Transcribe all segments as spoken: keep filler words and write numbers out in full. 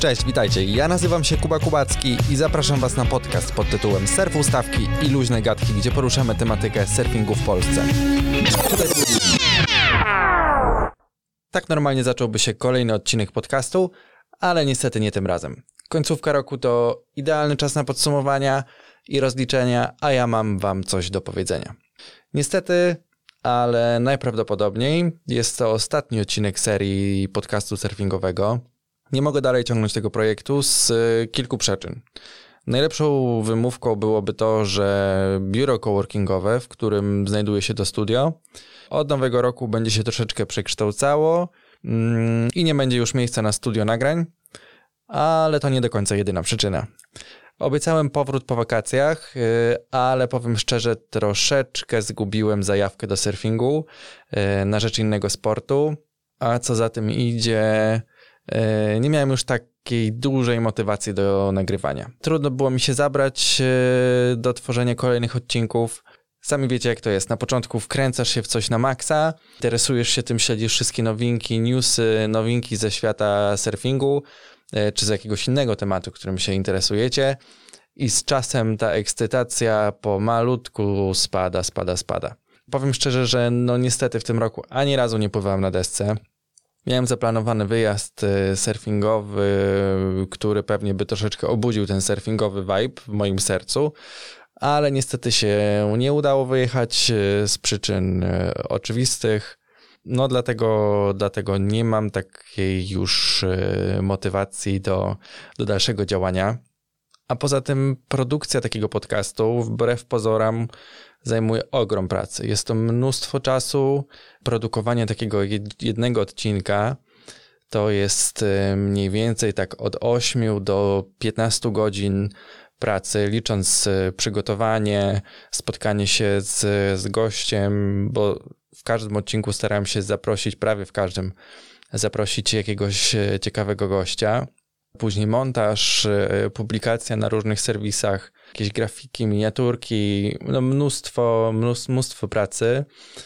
Cześć, witajcie. Ja nazywam się Kuba Kubacki i zapraszam Was na podcast pod tytułem Surf Ustawki i luźne gadki, gdzie poruszamy tematykę surfingu w Polsce. Tak normalnie zacząłby się kolejny odcinek podcastu, ale niestety nie tym razem. Końcówka roku to idealny czas na podsumowania i rozliczenia, a ja mam Wam coś do powiedzenia. Niestety, ale najprawdopodobniej jest to ostatni odcinek serii podcastu surfingowego. Nie mogę dalej ciągnąć tego projektu z kilku przyczyn. Najlepszą wymówką byłoby to, że biuro coworkingowe, w którym znajduje się to studio, od nowego roku będzie się troszeczkę przekształcało i nie będzie już miejsca na studio nagrań, ale to nie do końca jedyna przyczyna. Obiecałem powrót po wakacjach, ale powiem szczerze, troszeczkę zgubiłem zajawkę do surfingu na rzecz innego sportu, a co za tym idzie, nie miałem już takiej dużej motywacji do nagrywania. Trudno było mi się zabrać do tworzenia kolejnych odcinków. Sami wiecie, jak to jest. Na początku wkręcasz się w coś na maksa, interesujesz się tym, śledzisz wszystkie nowinki, newsy, nowinki ze świata surfingu, czy z jakiegoś innego tematu, którym się interesujecie i z czasem ta ekscytacja pomalutku spada, spada, spada. Powiem szczerze, że no niestety w tym roku ani razu nie pływałem na desce. Miałem zaplanowany wyjazd surfingowy, który pewnie by troszeczkę obudził ten surfingowy vibe w moim sercu, ale niestety się nie udało wyjechać z przyczyn oczywistych. No dlatego, dlatego nie mam takiej już motywacji do, do dalszego działania. A poza tym produkcja takiego podcastu wbrew pozorom zajmuje ogrom pracy. Jest to mnóstwo czasu. Produkowanie takiego jednego odcinka to jest mniej więcej tak od ośmiu do piętnastu godzin pracy, licząc przygotowanie, spotkanie się z, z gościem, bo w każdym odcinku starałem się zaprosić, prawie w każdym, zaprosić jakiegoś ciekawego gościa. Później montaż, publikacja na różnych serwisach, jakieś grafiki, miniaturki, no mnóstwo, mnóstwo, mnóstwo pracy,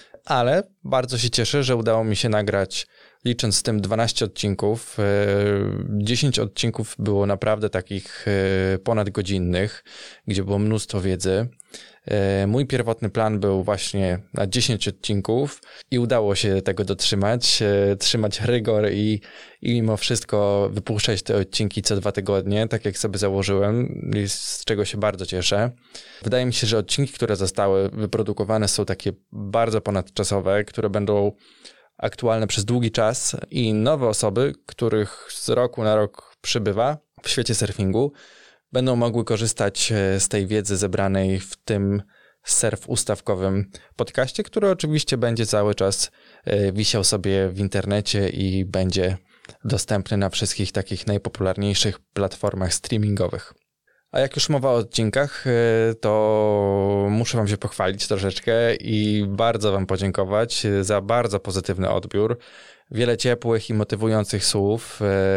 ale bardzo się cieszę, że udało mi się nagrać, licząc z tym dwanaście odcinków. dziesięć odcinków było naprawdę takich ponadgodzinnych, gdzie było mnóstwo wiedzy. Mój pierwotny plan był właśnie na dziesięć odcinków i udało się tego dotrzymać, trzymać rygor i, i mimo wszystko wypuszczać te odcinki co dwa tygodnie, tak jak sobie założyłem, z czego się bardzo cieszę. Wydaje mi się, że odcinki, które zostały wyprodukowane, są takie bardzo ponadczasowe, które będą aktualne przez długi czas i nowe osoby, których z roku na rok przybywa w świecie surfingu, będą mogły korzystać z tej wiedzy zebranej w tym surf ustawkowym podcaście, który oczywiście będzie cały czas wisiał sobie w internecie i będzie dostępny na wszystkich takich najpopularniejszych platformach streamingowych. A jak już mowa o odcinkach, to muszę Wam się pochwalić troszeczkę i bardzo Wam podziękować za bardzo pozytywny odbiór. Wiele ciepłych i motywujących słów.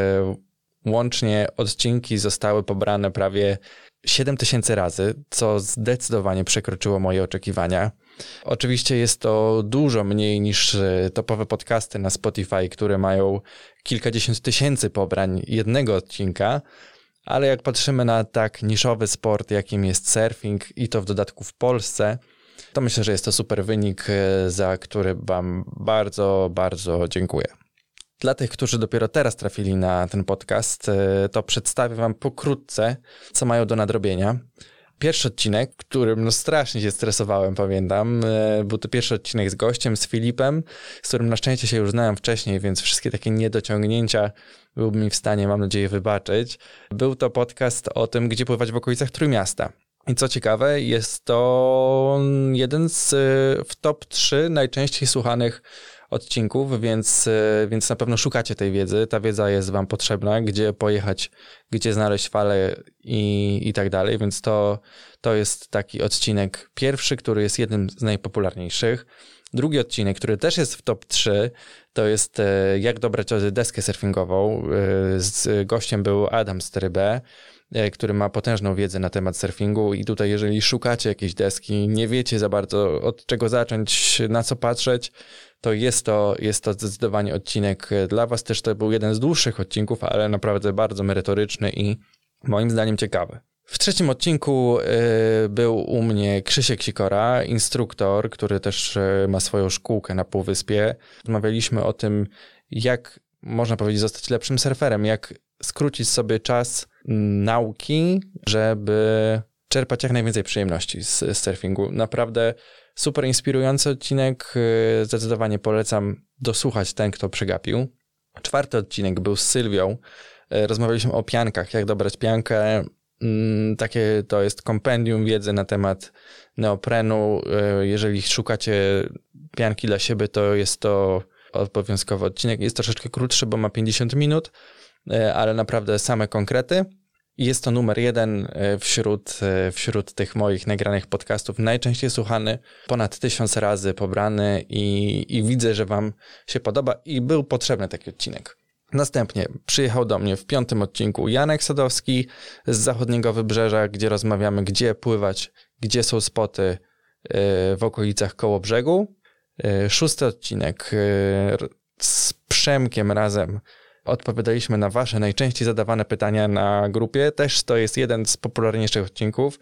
Łącznie odcinki zostały pobrane prawie siedem tysięcy razy, co zdecydowanie przekroczyło moje oczekiwania. Oczywiście jest to dużo mniej niż topowe podcasty na Spotify, które mają kilkadziesiąt tysięcy pobrań jednego odcinka, ale jak patrzymy na tak niszowy sport, jakim jest surfing i to w dodatku w Polsce, to myślę, że jest to super wynik, za który Wam bardzo, bardzo dziękuję. Dla tych, którzy dopiero teraz trafili na ten podcast, to przedstawię Wam pokrótce, co mają do nadrobienia. Pierwszy odcinek, którym no strasznie się stresowałem, pamiętam, był to pierwszy odcinek z gościem, z Filipem, z którym na szczęście się już znałem wcześniej, więc wszystkie takie niedociągnięcia byłby mi w stanie, mam nadzieję, wybaczyć. Był to podcast o tym, gdzie pływać w okolicach Trójmiasta. I co ciekawe, jest to jeden z w top trzy najczęściej słuchanych odcinków, więc, więc na pewno szukacie tej wiedzy. Ta wiedza jest Wam potrzebna, gdzie pojechać, gdzie znaleźć fale i, i tak dalej, więc to, to jest taki odcinek pierwszy, który jest jednym z najpopularniejszych. Drugi odcinek, który też jest w top trzy, to jest jak dobrać deskę surfingową. Z gościem był Adam z cztery B. który ma potężną wiedzę na temat surfingu i tutaj jeżeli szukacie jakiejś deski, nie wiecie za bardzo od czego zacząć, na co patrzeć, to jest to, jest to zdecydowanie odcinek dla was. Też to był jeden z dłuższych odcinków, ale naprawdę bardzo merytoryczny i moim zdaniem ciekawy. W trzecim odcinku y, był u mnie Krzysiek Sikora, instruktor, który też y, ma swoją szkółkę na Półwyspie. Rozmawialiśmy o tym, jak można powiedzieć zostać lepszym surferem, jak skrócić sobie czas nauki, żeby czerpać jak najwięcej przyjemności z, z surfingu. Naprawdę super inspirujący odcinek, y, zdecydowanie polecam dosłuchać ten, kto przegapił. Czwarty odcinek był z Sylwią. Y, rozmawialiśmy o piankach, jak dobrać piankę. Takie to jest kompendium wiedzy na temat neoprenu. Jeżeli szukacie pianki dla siebie, to jest to obowiązkowy odcinek. Jest troszeczkę krótszy, bo ma pięćdziesiąt minut, ale naprawdę same konkrety. Jest to numer jeden wśród, wśród tych moich nagranych podcastów. Najczęściej słuchany, ponad tysiąc razy pobrany i, i widzę, że wam się podoba i był potrzebny taki odcinek. Następnie przyjechał do mnie w piątym odcinku Janek Sadowski z zachodniego wybrzeża, gdzie rozmawiamy, gdzie pływać, gdzie są spoty w okolicach Kołobrzegu. Szósty odcinek z Przemkiem razem odpowiadaliśmy na wasze najczęściej zadawane pytania na grupie. Też to jest jeden z popularniejszych odcinków.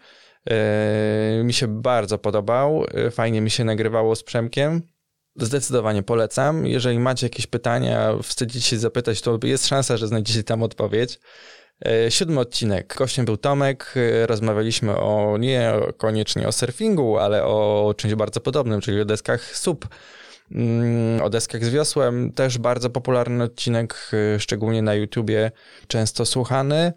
Mi się bardzo podobał. Fajnie mi się nagrywało z Przemkiem. Zdecydowanie polecam. Jeżeli macie jakieś pytania, wstydzicie się zapytać, to jest szansa, że znajdziecie tam odpowiedź. Siódmy odcinek. Gościem był Tomek. Rozmawialiśmy o nie koniecznie o surfingu, ale o czymś bardzo podobnym, czyli o deskach S U P. O deskach z wiosłem. Też bardzo popularny odcinek, szczególnie na YouTubie, często słuchany.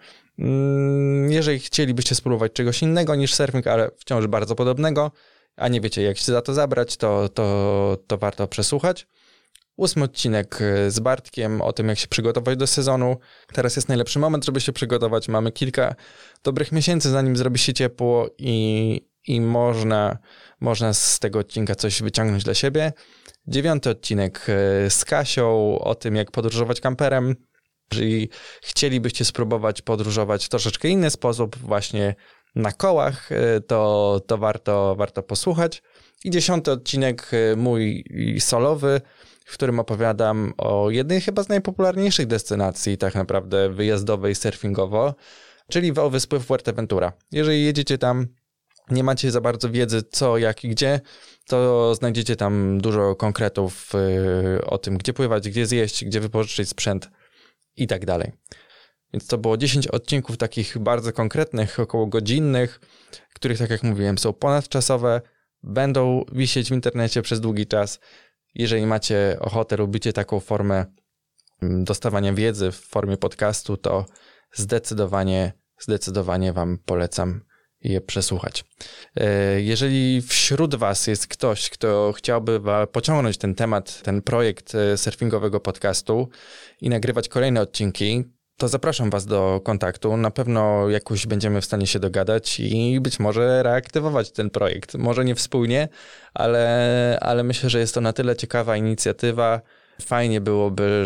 Jeżeli chcielibyście spróbować czegoś innego niż surfing, ale wciąż bardzo podobnego, a nie wiecie, jak się za to zabrać, to, to, to warto przesłuchać. Ósmy odcinek z Bartkiem o tym, jak się przygotować do sezonu. Teraz jest najlepszy moment, żeby się przygotować. Mamy kilka dobrych miesięcy, zanim zrobi się ciepło i, i można, można z tego odcinka coś wyciągnąć dla siebie. Dziewiąty odcinek z Kasią o tym, jak podróżować kamperem. Jeżeli chcielibyście spróbować podróżować w troszeczkę inny sposób, właśnie na kołach, to, to warto, warto posłuchać. I dziesiąty odcinek mój solowy, w którym opowiadam o jednej chyba z najpopularniejszych destynacji tak naprawdę wyjazdowej surfingowo, czyli Wałwyspy w Fuerteventura. Jeżeli jedziecie tam, nie macie za bardzo wiedzy co, jak i gdzie, to znajdziecie tam dużo konkretów o tym, gdzie pływać, gdzie zjeść, gdzie wypożyczyć sprzęt i tak dalej. Więc to było dziesięć odcinków takich bardzo konkretnych, około godzinnych, których, tak jak mówiłem, są ponadczasowe, będą wisieć w internecie przez długi czas. Jeżeli macie ochotę, lubicie taką formę dostawania wiedzy w formie podcastu, to zdecydowanie, zdecydowanie wam polecam je przesłuchać. Jeżeli wśród was jest ktoś, kto chciałby pociągnąć ten temat, ten projekt surfingowego podcastu i nagrywać kolejne odcinki, to zapraszam was do kontaktu. Na pewno jakoś będziemy w stanie się dogadać i być może reaktywować ten projekt. Może nie wspólnie, ale, ale myślę, że jest to na tyle ciekawa inicjatywa. Fajnie byłoby,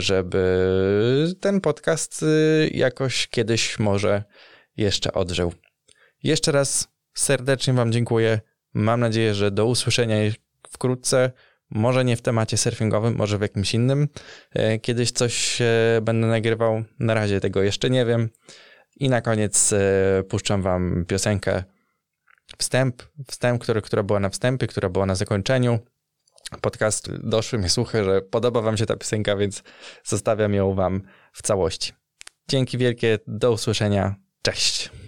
żeby ten podcast jakoś kiedyś może jeszcze odżył. Jeszcze raz serdecznie wam dziękuję. Mam nadzieję, że do usłyszenia wkrótce. Może nie w temacie surfingowym, może w jakimś innym. Kiedyś coś będę nagrywał, na razie tego jeszcze nie wiem. I na koniec puszczam wam piosenkę Wstęp, wstęp, który, która była na wstępie, która była na zakończeniu. Podcast doszły mnie słuchy, że podoba wam się ta piosenka, więc zostawiam ją wam w całości. Dzięki wielkie, do usłyszenia, cześć!